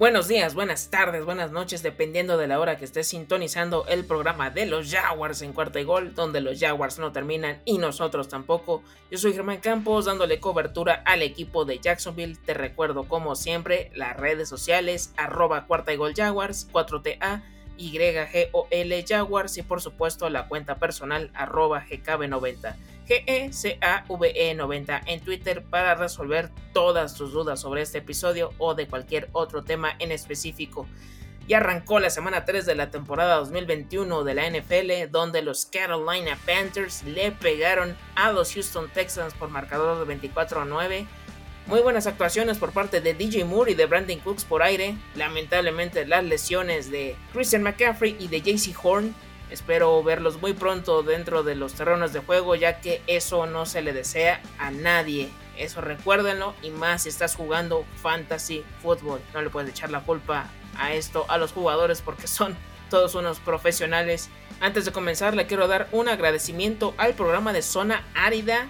Buenos días, buenas tardes, buenas noches, dependiendo de la hora que estés sintonizando el programa de los Jaguars en Cuarta y Gol, donde los Jaguars no terminan y nosotros tampoco. Yo soy Germán Campos, dándole cobertura al equipo de Jacksonville. Te recuerdo, como siempre, las redes sociales, @Cuarta y Gol Jaguars, 4TA, YGOL Jaguars y por supuesto la cuenta personal @GKB90. GECAVE90 en Twitter para resolver todas tus dudas sobre este episodio o de cualquier otro tema en específico. Ya arrancó la semana 3 de la temporada 2021 de la NFL, donde los Carolina Panthers le pegaron a los Houston Texans por marcador de 24-9. Muy buenas actuaciones por parte de DJ Moore y de Brandon Cooks por aire. Lamentablemente las lesiones de Christian McCaffrey y de Jaycee Horn. Espero verlos muy pronto dentro de los terrenos de juego, ya que eso no se le desea a nadie. Eso recuérdenlo, y más si estás jugando fantasy football. No le puedes echar la culpa a esto a los jugadores porque son todos unos profesionales. Antes de comenzar, le quiero dar un agradecimiento al programa de Zona Árida,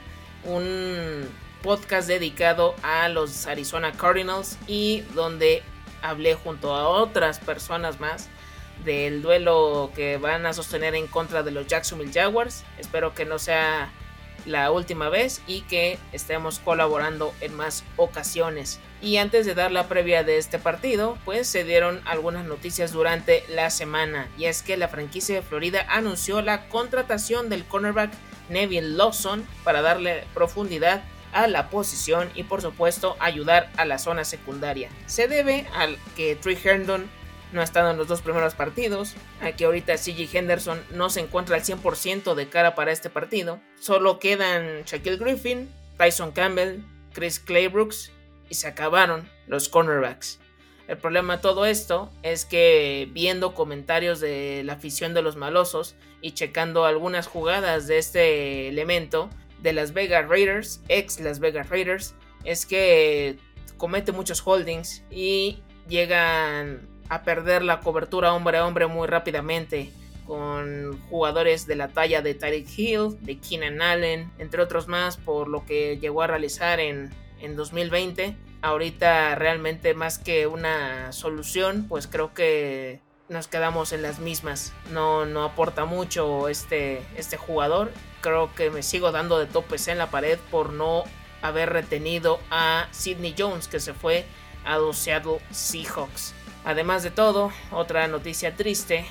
un podcast dedicado a los Arizona Cardinals y donde hablé junto a otras personas más del duelo que van a sostener en contra de los Jacksonville Jaguars. Espero que no sea la última vez y que estemos colaborando en más ocasiones. Y antes de dar la previa de este partido, pues se dieron algunas noticias durante la semana, y es que la franquicia de Florida anunció la contratación del cornerback Neville Lawson para darle profundidad a la posición y por supuesto ayudar a la zona secundaria. Se debe al que Trey Herndon no ha estado en los dos primeros partidos, a que ahorita CJ Henderson no se encuentra al 100% de cara para este partido. Solo quedan Shaquille Griffin, Tyson Campbell, Chris Claybrooks y se acabaron los cornerbacks. El problema de todo esto es que viendo comentarios de la afición de los malosos y checando algunas jugadas de este elemento de Las Vegas Raiders, ex Las Vegas Raiders, es que comete muchos holdings y llegan a perder la cobertura hombre a hombre muy rápidamente, con jugadores de la talla de Tyreek Hill, de Keenan Allen, entre otros más, por lo que llegó a realizar en 2020. Ahorita realmente, más que una solución, pues creo que nos quedamos en las mismas. No aporta mucho este jugador. Creo que me sigo dando de topes en la pared por no haber retenido a Sidney Jones, que se fue a los Seattle Seahawks. Además de todo, otra noticia triste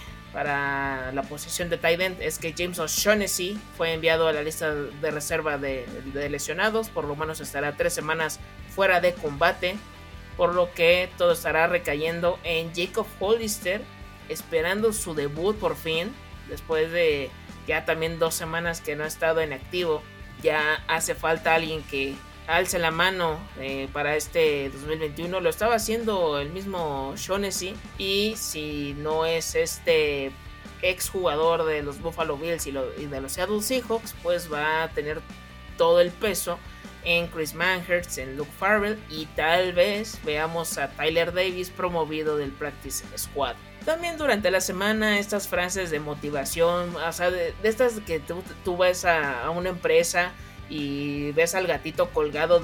para la posición de tight end es que James O'Shaughnessy fue enviado a la lista de reserva de lesionados. Por lo menos estará 3 semanas fuera de combate, por lo que todo estará recayendo en Jacob Hollister, esperando su debut por fin, después de ya también 2 semanas que no ha estado en activo. Ya hace falta alguien que alce la mano para este 2021. Lo estaba haciendo el mismo Shaughnessy, y si no es este ex jugador de los Buffalo Bills y de los Seattle Seahawks, pues va a tener todo el peso en Chris Manhertz, en Luke Farrell, y tal vez veamos a Tyler Davis promovido del Practice Squad. También durante la semana estas frases de motivación, o sea, de estas que tú vas a una empresa y ves al gatito colgado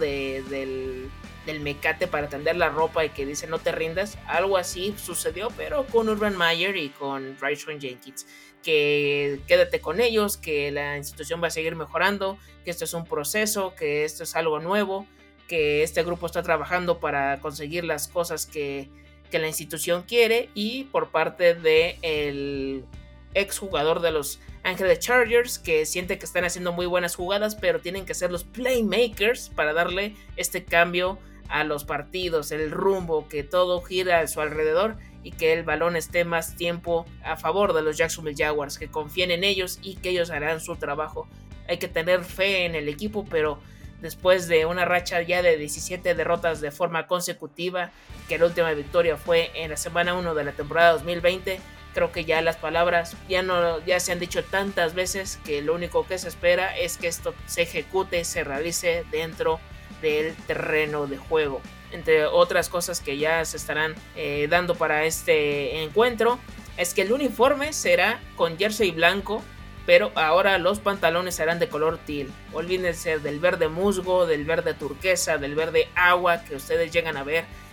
del mecate para tender la ropa y que dice no te rindas. Algo así sucedió, pero con Urban Meyer y con Rayshawn Jenkins, que quédate con ellos, que la institución va a seguir mejorando, que esto es un proceso, que esto es algo nuevo, que este grupo está trabajando para conseguir las cosas que la institución quiere. Y por parte de el exjugador de los Ángeles Chargers, que siente que están haciendo muy buenas jugadas, pero tienen que ser los playmakers para darle este cambio a los partidos, el rumbo, que todo gira a su alrededor y que el balón esté más tiempo a favor de los Jacksonville Jaguars, que confíen en ellos y que ellos harán su trabajo. Hay que tener fe en el equipo, pero después de una racha ya de 17 derrotas de forma consecutiva, que la última victoria fue en la semana 1 de la temporada 2020, creo que ya las palabras ya se han dicho tantas veces que lo único que se espera es que esto se ejecute, se realice dentro del terreno de juego. Entre otras cosas que ya se estarán dando para este encuentro, es que el uniforme será con jersey blanco, pero ahora los pantalones serán de color teal. Olvídense del verde musgo, del verde turquesa, del verde agua que ustedes llegan a ver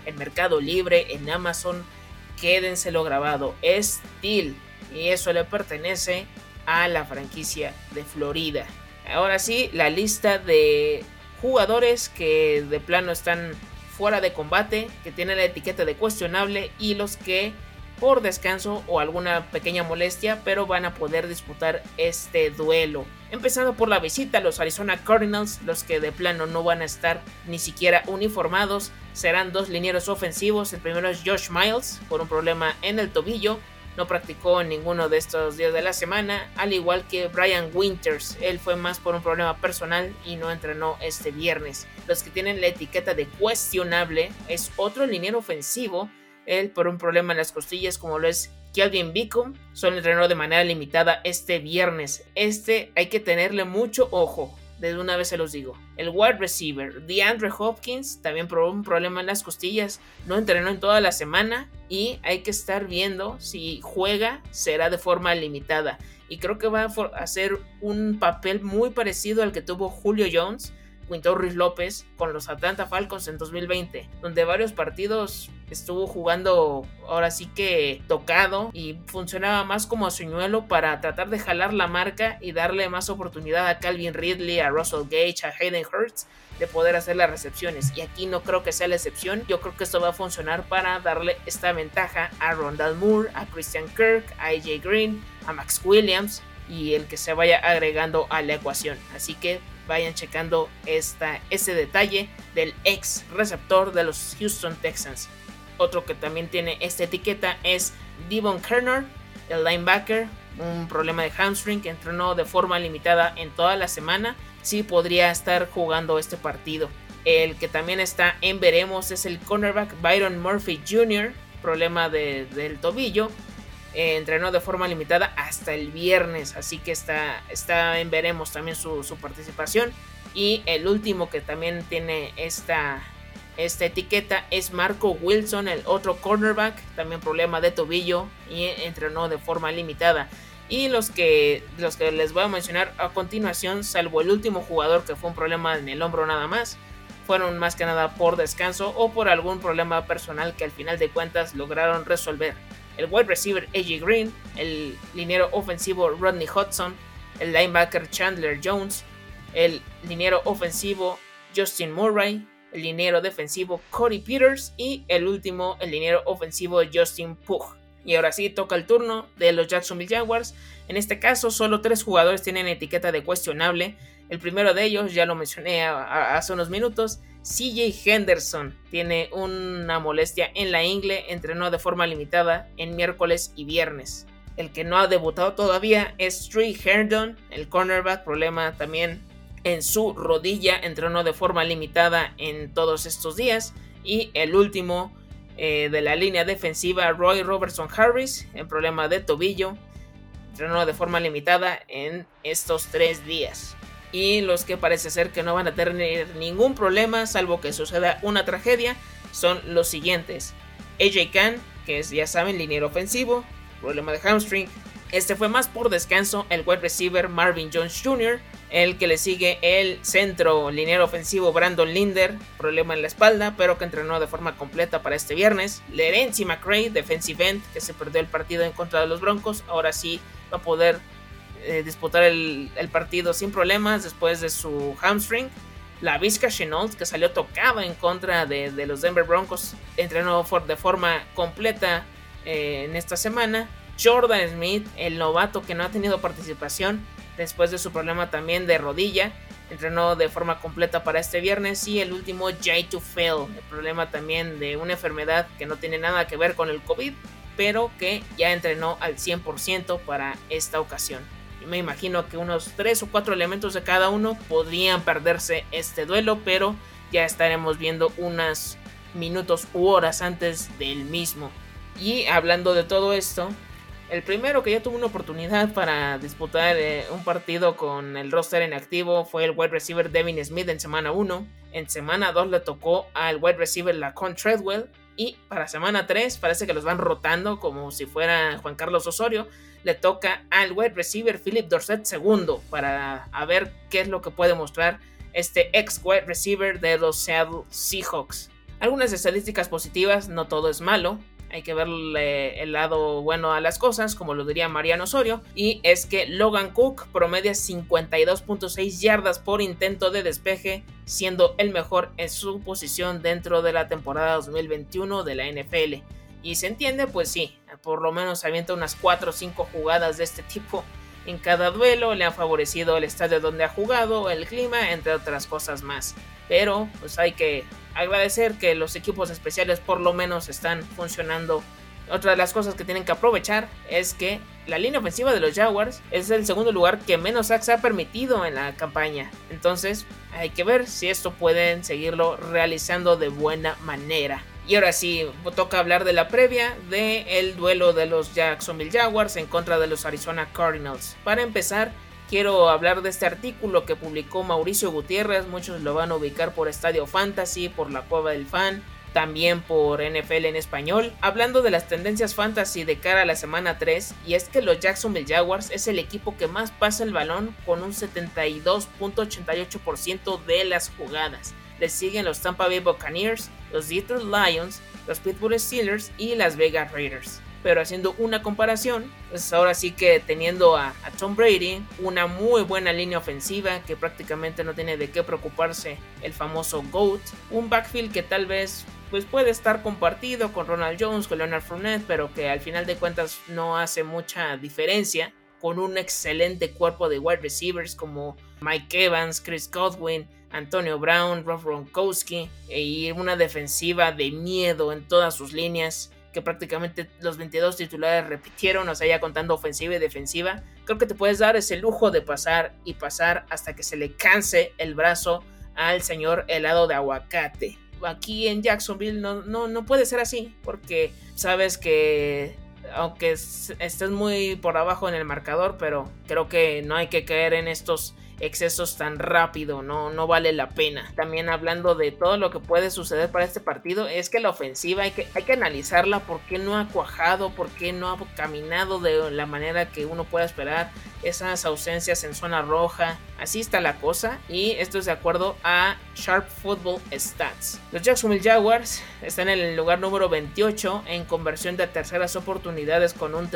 en Mercado Libre, en Amazon. Quédenselo grabado, es Steel y eso le pertenece a la franquicia de Florida. Ahora sí, la lista de jugadores que de plano están fuera de combate, que tienen la etiqueta de cuestionable y los que por descanso o alguna pequeña molestia, pero van a poder disputar este duelo. Empezando por la visita a los Arizona Cardinals, los que de plano no van a estar ni siquiera uniformados, serán dos linieros ofensivos. El primero es Josh Miles, por un problema en el tobillo, no practicó en ninguno de estos días de la semana, al igual que Brian Winters. Él fue más por un problema personal y no entrenó este viernes. Los que tienen la etiqueta de cuestionable es otro liniero ofensivo, él por un problema en las costillas como lo es Kelvin Beacom. Solo entrenó de manera limitada este viernes. Hay que tenerle mucho ojo. Desde una vez se los digo. El wide receiver DeAndre Hopkins también por un problema en las costillas, no entrenó en toda la semana y hay que estar viendo si juega, será de forma limitada. Y creo que va a hacer un papel muy parecido al que tuvo Julio Jones, Quintorris López con los Atlanta Falcons en 2020, donde varios partidos estuvo jugando ahora sí que tocado y funcionaba más como señuelo para tratar de jalar la marca y darle más oportunidad a Calvin Ridley, a Russell Gage, a Hayden Hurst de poder hacer las recepciones, y aquí no creo que sea la excepción. Yo creo que esto va a funcionar para darle esta ventaja a Rondale Moore, a Christian Kirk, a AJ Green, a Max Williams y el que se vaya agregando a la ecuación. Así que vayan checando ese detalle del ex receptor de los Houston Texans. Otro que también tiene esta etiqueta es Devon Kerner, el linebacker, un problema de hamstring que entrenó de forma limitada en toda la semana. Sí podría estar jugando este partido. El que también está en veremos es el cornerback Byron Murphy Jr., problema del tobillo. Entrenó de forma limitada hasta el viernes, así que está en veremos también su participación. Y el último que también tiene esta etiqueta es Marco Wilson, el otro cornerback, también problema de tobillo y entrenó de forma limitada. Y los que les voy a mencionar a continuación, salvo el último jugador que fue un problema en el hombro nada más, fueron más que nada por descanso o por algún problema personal que al final de cuentas lograron resolver. El wide receiver AJ Green, el liniero ofensivo Rodney Hudson, el linebacker Chandler Jones, el liniero ofensivo Justin Murray, el liniero defensivo Cody Peters y el último, el liniero ofensivo Justin Pugh. Y ahora sí toca el turno de los Jacksonville Jaguars. En este caso solo 3 jugadores tienen etiqueta de cuestionable. El primero de ellos ya lo mencioné hace unos minutos, CJ Henderson tiene una molestia en la ingle, entrenó de forma limitada en miércoles y viernes. El que no ha debutado todavía es Trey Herndon, el cornerback, problema también en su rodilla, entrenó de forma limitada en todos estos días. Y el último de la línea defensiva, Roy Robertson Harris, en problema de tobillo, entrenó de forma limitada en estos 3 días. Y los que parece ser que no van a tener ningún problema, salvo que suceda una tragedia, son los siguientes: AJ Cann, que es, ya saben, liniero ofensivo, problema de hamstring. Este fue más por descanso. El wide receiver Marvin Jones Jr., el que le sigue el centro liniero ofensivo Brandon Linder, problema en la espalda, pero que entrenó de forma completa para este viernes. Lerenzi McRae, defensive end, que se perdió el partido en contra de los Broncos, ahora sí va a poder disputar el partido sin problemas después de su hamstring. Laviska Shenault, que salió tocado en contra de los Denver Broncos, entrenó de forma completa en esta semana. Jordan Smith, el novato que no ha tenido participación después de su problema también de rodilla, entrenó de forma completa para este viernes. Y el último, Jay Tufel, el problema también de una enfermedad que no tiene nada que ver con el COVID, pero que ya entrenó al 100% para esta ocasión. Me imagino que unos 3 o 4 elementos de cada uno podrían perderse este duelo, pero ya estaremos viendo unos minutos u horas antes del mismo. Y hablando de todo esto, el primero que ya tuvo una oportunidad para disputar un partido con el roster en activo fue el wide receiver Devin Smith en semana 1. En semana 2 le tocó al wide receiver Laquan Treadwell. Y para semana 3 parece que los van rotando como si fuera Juan Carlos Osorio. Le toca al wide receiver Philip Dorsett II para ver qué es lo que puede mostrar este ex wide receiver de los Seattle Seahawks. Algunas estadísticas positivas, no todo es malo. Hay que verle el lado bueno a las cosas, como lo diría Mariano Osorio, y es que Logan Cook promedia 52.6 yardas por intento de despeje, siendo el mejor en su posición dentro de la temporada 2021 de la NFL. Y se entiende, pues sí, por lo menos avienta unas 4 o 5 jugadas de este tipo en cada duelo, le ha favorecido el estadio donde ha jugado, el clima, entre otras cosas más. Pero pues hay que agradecer que los equipos especiales por lo menos están funcionando. Otra de las cosas que tienen que aprovechar es que la línea ofensiva de los Jaguars es el segundo lugar que menos sacks ha permitido en la campaña. Entonces hay que ver si esto pueden seguirlo realizando de buena manera. Y ahora sí, toca hablar de la previa del duelo de los Jacksonville Jaguars en contra de los Arizona Cardinals. Para empezar, quiero hablar de este artículo que publicó Mauricio Gutiérrez. Muchos lo van a ubicar por Estadio Fantasy, por La Cueva del Fan, también por NFL en español, hablando de las tendencias fantasy de cara a la semana 3, y es que los Jacksonville Jaguars es el equipo que más pasa el balón con un 72.88% de las jugadas. Le siguen los Tampa Bay Buccaneers, los Detroit Lions, los Pittsburgh Steelers y las Vegas Raiders. Pero haciendo una comparación, pues ahora sí que teniendo a Tom Brady, una muy buena línea ofensiva que prácticamente no tiene de qué preocuparse el famoso GOAT, un backfield que tal vez pues puede estar compartido con Ronald Jones, con Leonard Fournette, pero que al final de cuentas no hace mucha diferencia, con un excelente cuerpo de wide receivers como Mike Evans, Chris Godwin, Antonio Brown, Rob Gronkowski, y una defensiva de miedo en todas sus líneas, que prácticamente los 22 titulares repitieron, o sea, ya contando ofensiva y defensiva. Creo que te puedes dar ese lujo de pasar y pasar hasta que se le canse el brazo al señor helado de aguacate. Aquí en Jacksonville no puede ser así, porque sabes que aunque estés muy por abajo en el marcador, pero creo que no hay que caer en estos excesos tan rápido, no vale la pena. También hablando de todo lo que puede suceder para este partido, es que la ofensiva hay que analizarla, por qué no ha cuajado, por qué no ha caminado de la manera que uno pueda esperar, esas ausencias en zona roja, así está la cosa, y esto es de acuerdo a Sharp Football Stats. Los Jacksonville Jaguars están en el lugar número 28 en conversión de terceras oportunidades con un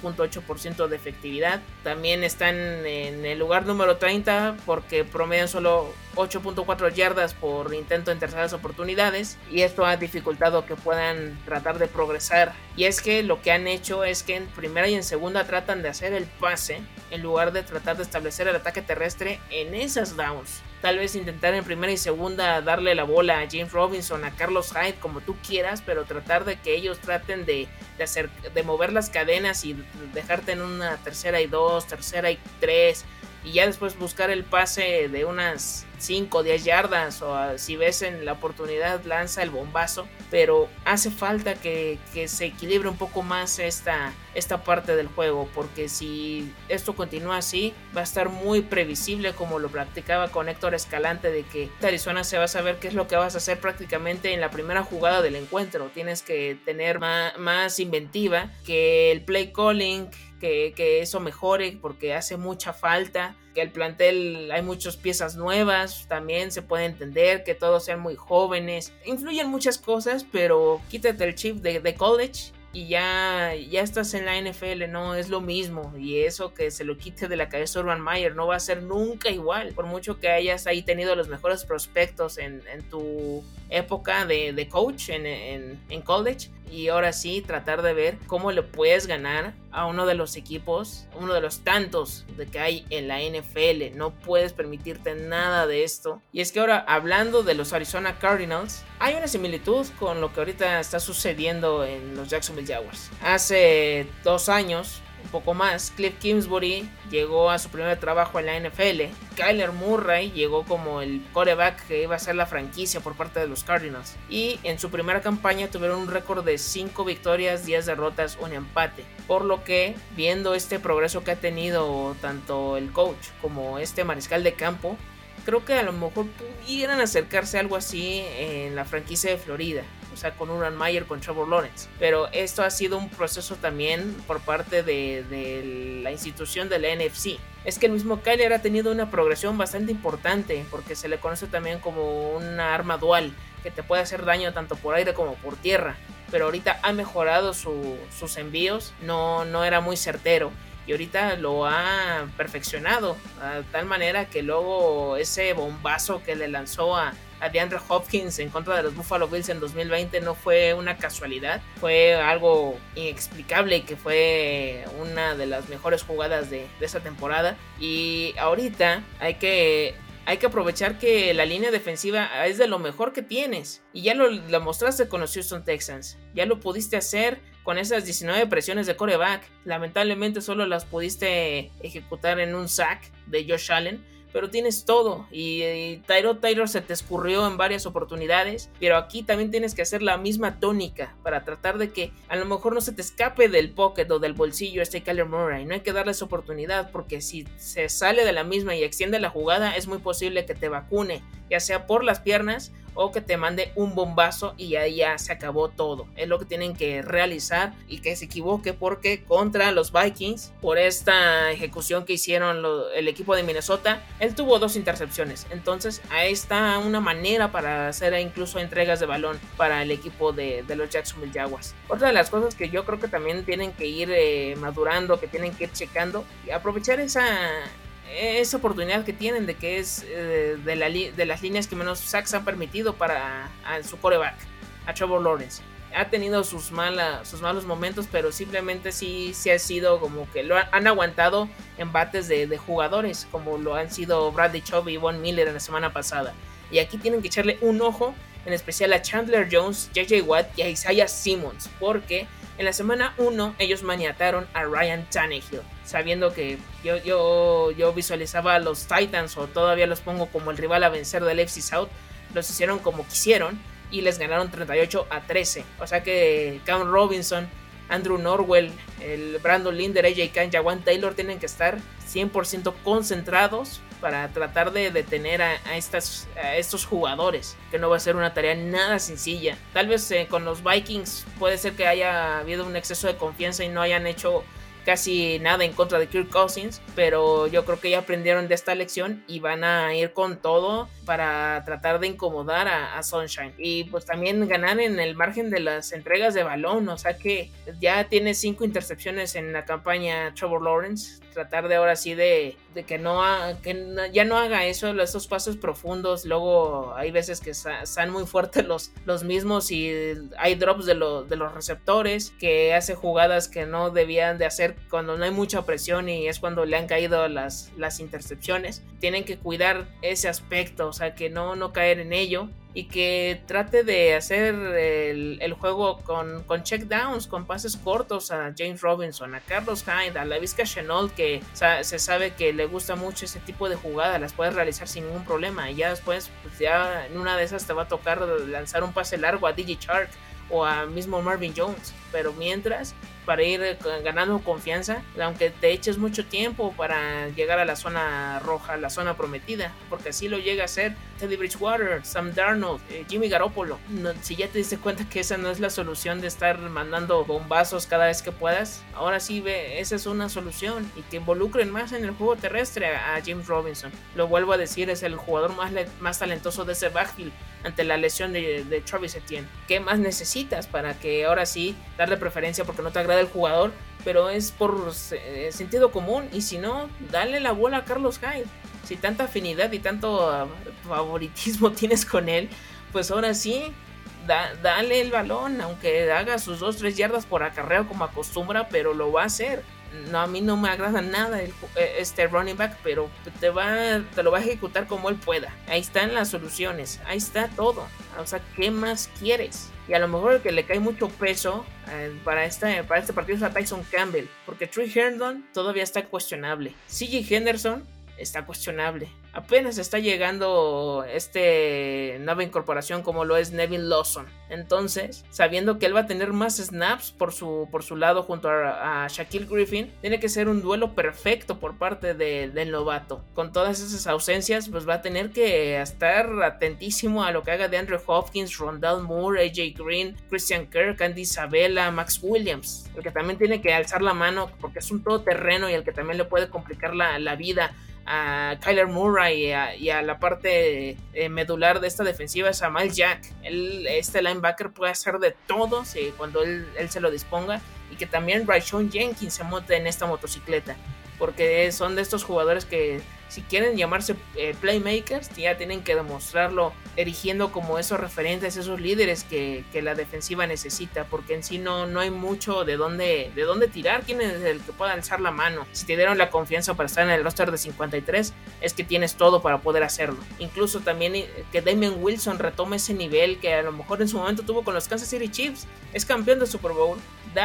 31.8% de efectividad. También están en el lugar número 30 porque promedian solo 8.4 yardas por intento en terceras oportunidades, y esto ha dificultado que puedan tratar de progresar. Y es que lo que han hecho es que en primera y en segunda tratan de hacer el pase en lugar de tratar de establecer el ataque terrestre en esas downs. Tal vez intentar en primera y segunda darle la bola a James Robinson, a Carlos Hyde, como tú quieras, pero tratar de que ellos traten de mover las cadenas y dejarte en una tercera y 2, tercera y 3, y ya después buscar el pase de unas 5 o 10 yardas, o si ves en la oportunidad lanza el bombazo, pero hace falta que se equilibre un poco más esta parte del juego, porque si esto continúa así va a estar muy previsible, como lo practicaba con Héctor Escalante, de que Arizona se va a saber qué es lo que vas a hacer prácticamente en la primera jugada del encuentro. Tienes que tener más inventiva, que el play calling, que eso mejore, porque hace mucha falta, que el plantel hay muchas piezas nuevas, también se puede entender que todos sean muy jóvenes, influyen muchas cosas, pero quítate el chip de college y ya estás en la NFL, no es lo mismo, y eso que se lo quite de la cabeza Urban Meyer, no va a ser nunca igual, por mucho que hayas ahí tenido los mejores prospectos en tu época de coach en college. Y ahora sí, tratar de ver cómo le puedes ganar a uno de los equipos, uno de los tantos de que hay en la NFL. No puedes permitirte nada de esto. Y es que ahora, hablando de los Arizona Cardinals, hay una similitud con lo que ahorita está sucediendo en los Jacksonville Jaguars. Hace 2 años, un poco más, Cliff Kingsbury llegó a su primer trabajo en la NFL. Kyler Murray llegó como el quarterback que iba a ser la franquicia por parte de los Cardinals, y en su primera campaña tuvieron un récord de 5 victorias, 10 derrotas, un empate, por lo que, viendo este progreso que ha tenido tanto el coach como este mariscal de campo, creo que a lo mejor pudieran acercarse a algo así en la franquicia de Florida, o sea, con Urban Meyer, con Trevor Lawrence. Pero esto ha sido un proceso también por parte de la institución de la NFC. Es que el mismo Kyler ha tenido una progresión bastante importante, porque se le conoce también como una arma dual. que te puede hacer daño tanto por aire como por tierra, pero ahorita ha mejorado sus envíos, no era muy certero. Y ahorita lo ha perfeccionado a tal manera que luego ese bombazo que le lanzó a DeAndre Hopkins en contra de los Buffalo Bills en 2020 no fue una casualidad, fue algo inexplicable y que fue una de las mejores jugadas de esa temporada. Y ahorita hay que aprovechar que la línea defensiva es de lo mejor que tienes. Y ya lo mostraste con los Houston Texans. Ya lo pudiste hacer con esas 19 presiones de quarterback. Lamentablemente solo las pudiste ejecutar en un sack de Josh Allen. Pero tienes todo. Y Tyrod Taylor se te escurrió en varias oportunidades. Pero aquí también tienes que hacer la misma tónica para tratar de que a lo mejor no se te escape del pocket o del bolsillo Kyler Murray. No hay que darle esa oportunidad, porque si se sale de la misma y extiende la jugada, es muy posible que te vacune, ya sea por las piernas o que te mande un bombazo y ahí ya se acabó todo. Es lo que tienen que realizar, y que se equivoque, porque contra los Vikings, por esta ejecución que hicieron el equipo de Minnesota, él tuvo 2 intercepciones. Entonces ahí está una manera para hacer incluso entregas de balón para el equipo de los Jacksonville Jaguars. Otra de las cosas que yo creo que también tienen que ir madurando, que tienen que ir checando y aprovechar esa oportunidad que tienen de que es de las líneas que menos sacks han permitido para su quarterback, a Trevor Lawrence. Ha tenido sus malos momentos, pero simplemente sí ha sido como que lo han aguantado embates de jugadores, como lo han sido Bradley Chubb y Von Miller en la semana pasada. Y aquí tienen que echarle un ojo, en especial a Chandler Jones, JJ Watt y a Isaiah Simmons, porque en la semana 1 ellos maniataron a Ryan Tannehill, sabiendo que yo visualizaba a los Titans, o todavía los pongo como el rival a vencer del FC South. Los hicieron como quisieron y les ganaron 38-13. O sea que Cam Robinson, Andrew Norwell, el Brandon Linder, AJ Khan, Jawan Taylor tienen que estar 100% concentrados para tratar de detener a estos jugadores, que no va a ser una tarea nada sencilla. Tal vez con los Vikings puede ser que haya habido un exceso de confianza y no hayan hecho casi nada en contra de Kirk Cousins, pero yo creo que ya aprendieron de esta lección y van a ir con todo para tratar de incomodar a Sunshine, y pues también ganar en el margen de las entregas de balón. O sea que ya tiene 5 intercepciones en la campaña Trevor Lawrence. Tratar de ahora sí de que ya no haga esos pasos profundos. Luego hay veces que están muy fuertes los mismos y hay drops de los receptores, que hace jugadas que no debían de hacer cuando no hay mucha presión, y es cuando le han caído las intercepciones. Tienen que cuidar ese aspecto, o sea que no caer en ello, y que trate de hacer el juego con check downs, con pases cortos a James Robinson, a Carlos Hyde, a Laviska Shenault, que se sabe que le gusta mucho ese tipo de jugadas. Las puedes realizar sin ningún problema, y ya después pues ya en una de esas te va a tocar lanzar un pase largo a DJ Chark o a mismo Marvin Jones, pero mientras, para ir ganando confianza, aunque te eches mucho tiempo para llegar a la zona roja, la zona prometida, porque así lo llega a hacer Teddy Bridgewater, Sam Darnold, Jimmy Garoppolo. Si ya te diste cuenta que esa no es la solución de estar mandando bombazos cada vez que puedas, ahora sí esa es una solución, y que involucren más en el juego terrestre a James Robinson. Lo vuelvo a decir, es el jugador más talentoso de ese backfield ante la lesión de Travis Etienne. ¿Qué más necesitas para que ahora sí darle preferencia porque no te agrada el jugador? Pero es por sentido común, y si no, dale la bola a Carlos Hyde. Si tanta afinidad y tanto favoritismo tienes con él, pues ahora sí, dale el balón, aunque haga sus 2-3 yardas por acarreo como acostumbra, pero lo va a hacer. No, a mí no me agrada nada este running back, pero te lo va a ejecutar como él pueda. Ahí están las soluciones, ahí está todo. O sea, ¿qué más quieres? Y a lo mejor el que le cae mucho peso para este partido es a Tyson Campbell, porque Trey Herndon todavía está cuestionable. CJ Henderson está cuestionable. Apenas está llegando nueva incorporación como lo es Nevin Lawson. Entonces, sabiendo que él va a tener más snaps por su lado junto a Shaquill Griffin, tiene que ser un duelo perfecto por parte del novato. Con todas esas ausencias, pues va a tener que estar atentísimo a lo que haga de Andrew Hopkins, Rondale Moore, AJ Green, Christian Kirk, Andy Isabella, Max Williams. El que también tiene que alzar la mano porque es un todoterreno y el que también le puede complicar la vida a Kyler Murray y a la parte medular de esta defensiva es a Miles Jack. Este linebacker puede hacer de todo cuando él se lo disponga, y que también Rayshawn Jenkins se monte en esta motocicleta, porque son de estos jugadores que si quieren llamarse playmakers ya tienen que demostrarlo erigiendo como esos referentes, esos líderes que la defensiva necesita, porque en sí no hay mucho de dónde tirar. ¿Quién es el que pueda alzar la mano? Si te dieron la confianza para estar en el roster de 53, es que tienes todo para poder hacerlo. Incluso también que Damien Wilson retome ese nivel que a lo mejor en su momento tuvo con los Kansas City Chiefs. Es campeón del Super Bowl.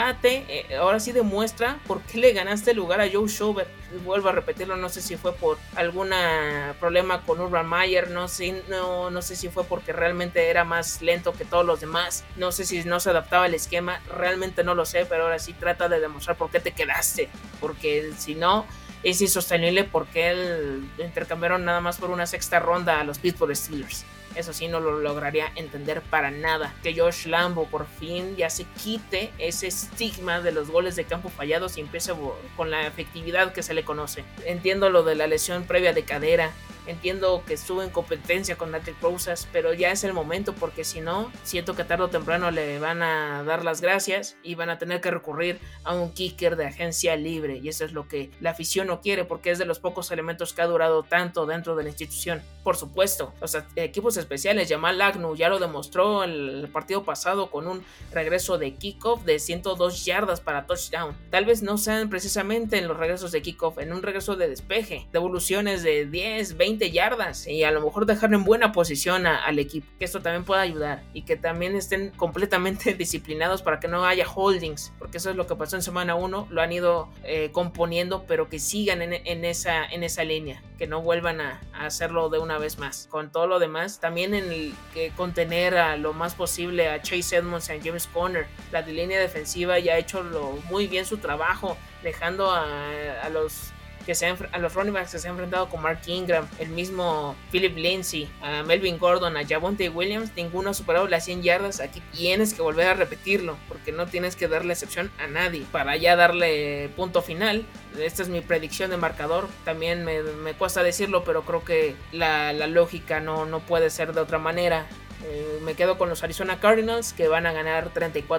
Ahora sí demuestra por qué le ganaste el lugar a Joe Schobert. Vuelvo a repetirlo, no sé si fue por algún problema con Urban Meyer, no sé si fue porque realmente era más lento que todos los demás, no sé si no se adaptaba al esquema, realmente no lo sé, pero ahora sí trata de demostrar por qué te quedaste, porque si no es insostenible porque él intercambiaron nada más por una sexta ronda a los Pittsburgh Steelers. Eso sí, no lo lograría entender para nada. Que Josh Lambo por fin ya se quite ese estigma de los goles de campo fallados y empiece con la efectividad que se le conoce. Entiendo lo de la lesión previa de cadera, entiendo que estuvo en competencia con Patrick Rosas, pero ya es el momento, porque si no, siento que tarde o temprano le van a dar las gracias y van a tener que recurrir a un kicker de agencia libre, y eso es lo que la afición no quiere, porque es de los pocos elementos que ha durado tanto dentro de la institución. Por supuesto, los equipos especiales, Jamal Agnew ya lo demostró el partido pasado con un regreso de kickoff de 102 yardas para touchdown. Tal vez no sean precisamente en los regresos de kickoff, en un regreso de despeje, devoluciones de 10, 20 yardas, y a lo mejor dejar en buena posición al equipo, que esto también pueda ayudar, y que también estén completamente disciplinados para que no haya holdings, porque eso es lo que pasó en semana 1, lo han ido componiendo, pero que sigan en esa línea, que no vuelvan a hacerlo de una vez más. Con todo lo demás, también en el que contener a lo más posible a Chase Edmonds y a James Conner. La línea defensiva ya ha hecho muy bien su trabajo, dejando a los running backs que se han enfrentado con Mark Ingram, el mismo Philip Lindsay, a Melvin Gordon, a Javonte Williams. Ninguno ha superado las 100 yardas. Aquí tienes que volver a repetirlo, porque no tienes que darle excepción a nadie para ya darle punto final. Esta es mi predicción de marcador. También me cuesta decirlo, pero creo que la lógica no puede ser de otra manera. Me quedo con los Arizona Cardinals, que van a ganar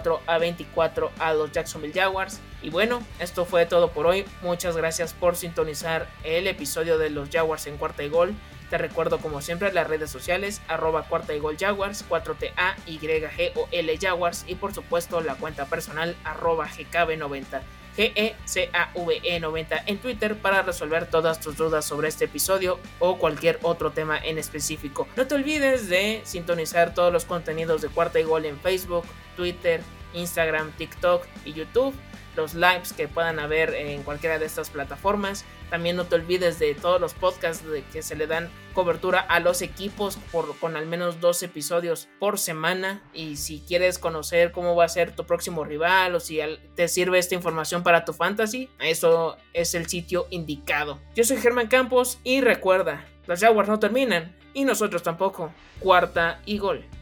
34-24 a los Jacksonville Jaguars. Y bueno, esto fue todo por hoy. Muchas gracias por sintonizar el episodio de los Jaguars en Cuarta y Gol. Te recuerdo como siempre las redes sociales, @Cuarta y Gol Jaguars, 4TAYGOL Jaguars, y por supuesto la cuenta personal @GKB90. GECAVE90 en Twitter para resolver todas tus dudas sobre este episodio o cualquier otro tema en específico. No te olvides de sintonizar todos los contenidos de Cuarta y Gol en Facebook, Twitter, Instagram, TikTok y YouTube, los lives que puedan haber en cualquiera de estas plataformas. También no te olvides de todos los podcasts que se le dan cobertura a los equipos con al menos 2 episodios por semana. Y si quieres conocer cómo va a ser tu próximo rival, o si te sirve esta información para tu fantasy, eso es el sitio indicado. Yo soy Germán Campos y recuerda, los Jaguars no terminan y nosotros tampoco. Cuarta y Gol.